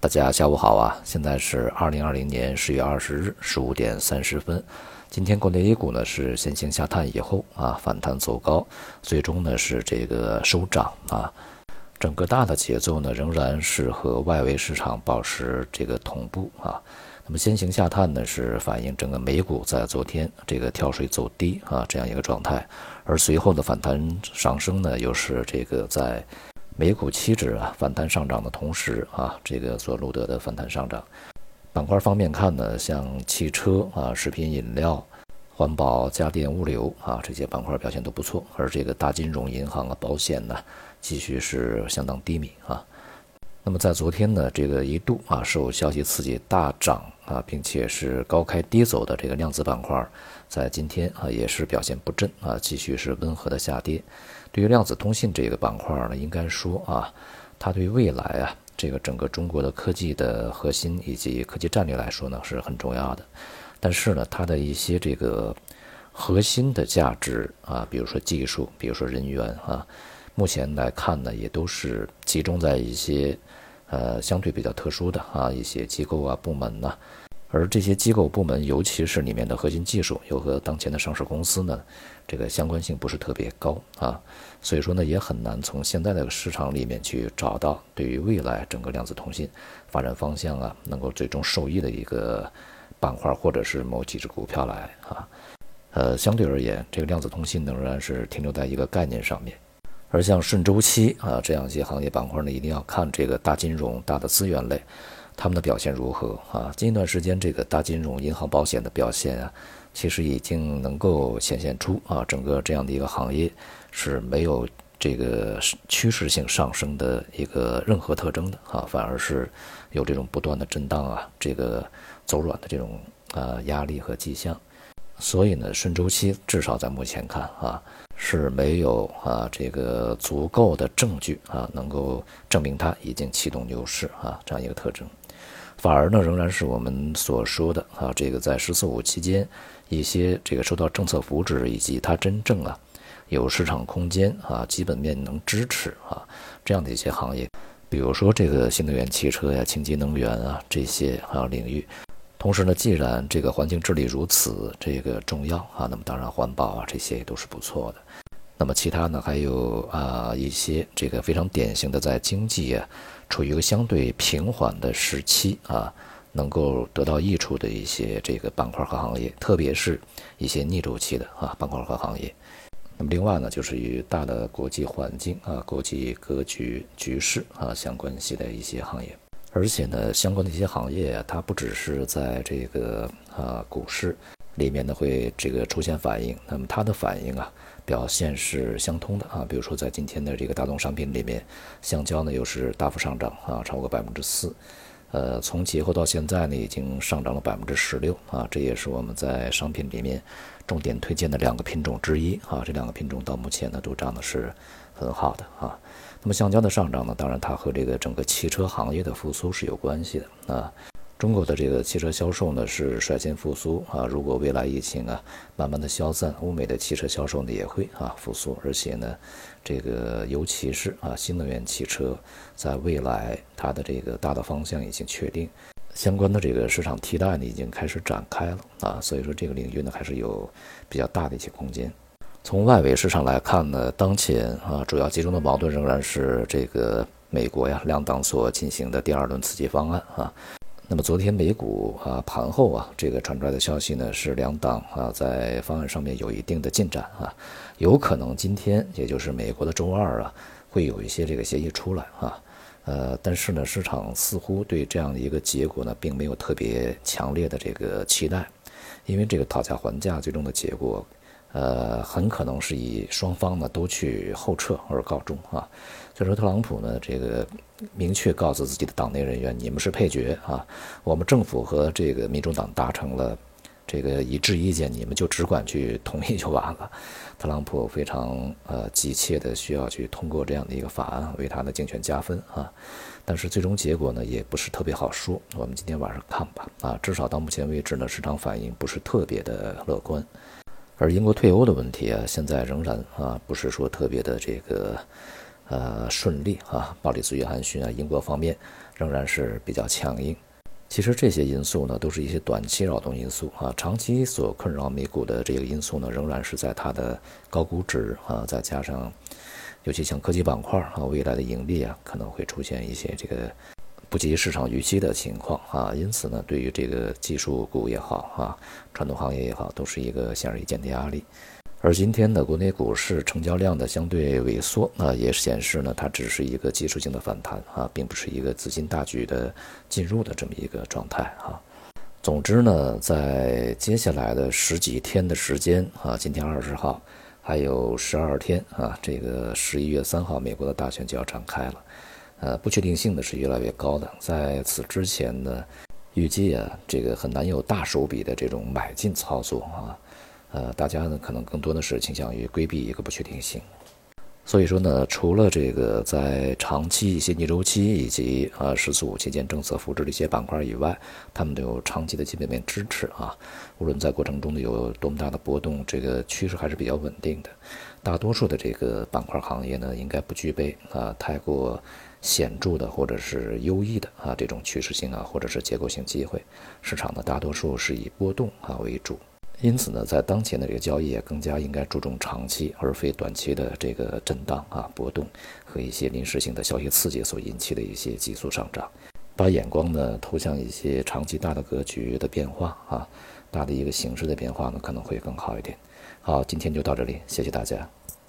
大家下午好啊！现在是2020年10月20日15点30分。今天国内 A 股呢是先行下探以后反弹走高，最终呢是这个收涨啊。整个大的节奏呢仍然是和外围市场保持这个同步啊。那么先行下探呢是反映整个美股在昨天这个跳水走低这样一个状态，而随后的反弹上升呢又是这个在美股期指反弹上涨的同时这个所录得的反弹上涨。板块方面看呢，像汽车食品饮料、环保、家电、物流这些板块表现都不错，而这个大金融、银行保险呢继续是相当低迷那么在昨天呢，这个一度受消息刺激大涨并且是高开低走的这个量子板块，在今天也是表现不振继续是温和的下跌。对于量子通信这个板块呢，应该说它对未来这个整个中国的科技的核心以及科技战略来说呢是很重要的。但是呢，它的一些这个核心的价值比如说技术，比如说人员目前来看呢，也都是集中在一些相对比较特殊的一些机构部门而这些机构部门，尤其是里面的核心技术，又和当前的上市公司呢，这个相关性不是特别高所以说呢，也很难从现在的市场里面去找到对于未来整个量子通信发展方向能够最终受益的一个板块或者是某几只股票来相对而言，这个量子通信仍然是停留在一个概念上面。而像顺周期这样一些行业板块呢，一定要看这个大金融、大的资源类他们的表现如何近一段时间这个大金融、银行、保险的表现其实已经能够显现出整个这样的一个行业是没有这个趋势性上升的一个任何特征的反而是有这种不断的震荡这个走软的这种压力和迹象。所以呢，顺周期至少在目前看是没有这个足够的证据能够证明它已经启动牛市这样一个特征。反而呢，仍然是我们所说的这个在“14.5”期间一些这个受到政策扶持以及它真正有市场空间基本面能支持这样的一些行业，比如说这个新能源汽车呀、清洁能源这些领域。同时呢，既然这个环境治理如此这个重要那么当然环保这些也都是不错的。那么其他呢，还有一些这个非常典型的在经济处于一个相对平缓的时期能够得到益处的一些这个板块和行业，特别是一些逆周期的板块和行业。那么另外呢，就是与大的国际环境国际格局局势相关系的一些行业。而且呢，相关的一些行业它不只是在这个股市里面呢会这个出现反应，那么它的反应表现是相通的比如说在今天的这个大宗商品里面，橡胶呢又是大幅上涨超过4%。从节后到现在呢，已经上涨了16%这也是我们在商品里面重点推荐的2个品种之一这2个品种到目前呢都涨的是很好的那么橡胶的上涨呢，当然它和这个整个汽车行业的复苏是有关系的中国的这个汽车销售呢是率先复苏如果未来疫情慢慢的消散，欧美的汽车销售呢也会复苏，而且呢这个尤其是新能源汽车在未来它的这个大的方向已经确定，相关的这个市场替代呢已经开始展开了所以说这个领域呢还是有比较大的一些空间。从外围市场来看呢，当前主要集中的矛盾仍然是这个美国两党所进行的第2轮刺激方案那么昨天美股盘后这个传出来的消息呢，是2党在方案上面有一定的进展有可能今天也就是美国的周二会有一些这个协议出来但是呢，市场似乎对这样的一个结果呢，并没有特别强烈的这个期待，因为这个讨价还价最终的结果很可能是以双方呢都去后撤而告终所以说特朗普呢这个明确告诉自己的党内人员，你们是配角我们政府和这个民主党达成了这个一致意见，你们就只管去同意就完了。特朗普非常急切的需要去通过这样的一个法案，为他的竞选加分但是最终结果呢也不是特别好说，我们今天晚上看吧至少到目前为止呢，市场反应不是特别的乐观。而英国退欧的问题现在仍然不是说特别的这个顺利鲍里斯·约翰逊英国方面仍然是比较强硬。其实这些因素呢，都是一些短期扰动因素啊，长期所困扰美股的这个因素呢，仍然是在它的高估值啊，再加上尤其像科技板块啊，未来的盈利啊，可能会出现一些这个不及市场预期的情况啊，因此呢，对于这个技术股也好啊，传统行业也好，都是一个显而易见的压力。而今天的国内股市成交量的相对萎缩，也显示呢，它只是一个技术性的反弹啊，并不是一个资金大举的进入的这么一个状态啊。总之呢，在接下来的十几天的时间啊，今天20号，还有12天啊，这个11月3号，美国的大选就要展开了，不确定性呢是越来越高的。在此之前呢，预计啊，这个很难有大手笔的这种买进操作啊。大家呢可能更多的是倾向于规避一个不确定性，所以说呢，除了这个在长期现金周期以及“十四五”期间政策扶持的一些板块以外，他们都有长期的基本面支持啊。无论在过程中有多么大的波动，这个趋势还是比较稳定的。大多数的这个板块行业呢，应该不具备太过显著的或者是优异的这种趋势性或者是结构性机会。市场呢大多数是以波动为主。因此呢，在当前的这个交易也更加应该注重长期，而非短期的这个震荡波动和一些临时性的消息刺激所引起的一些急速上涨。把眼光呢投向一些长期大的格局的变化大的一个形势的变化呢，可能会更好一点。好，今天就到这里，谢谢大家。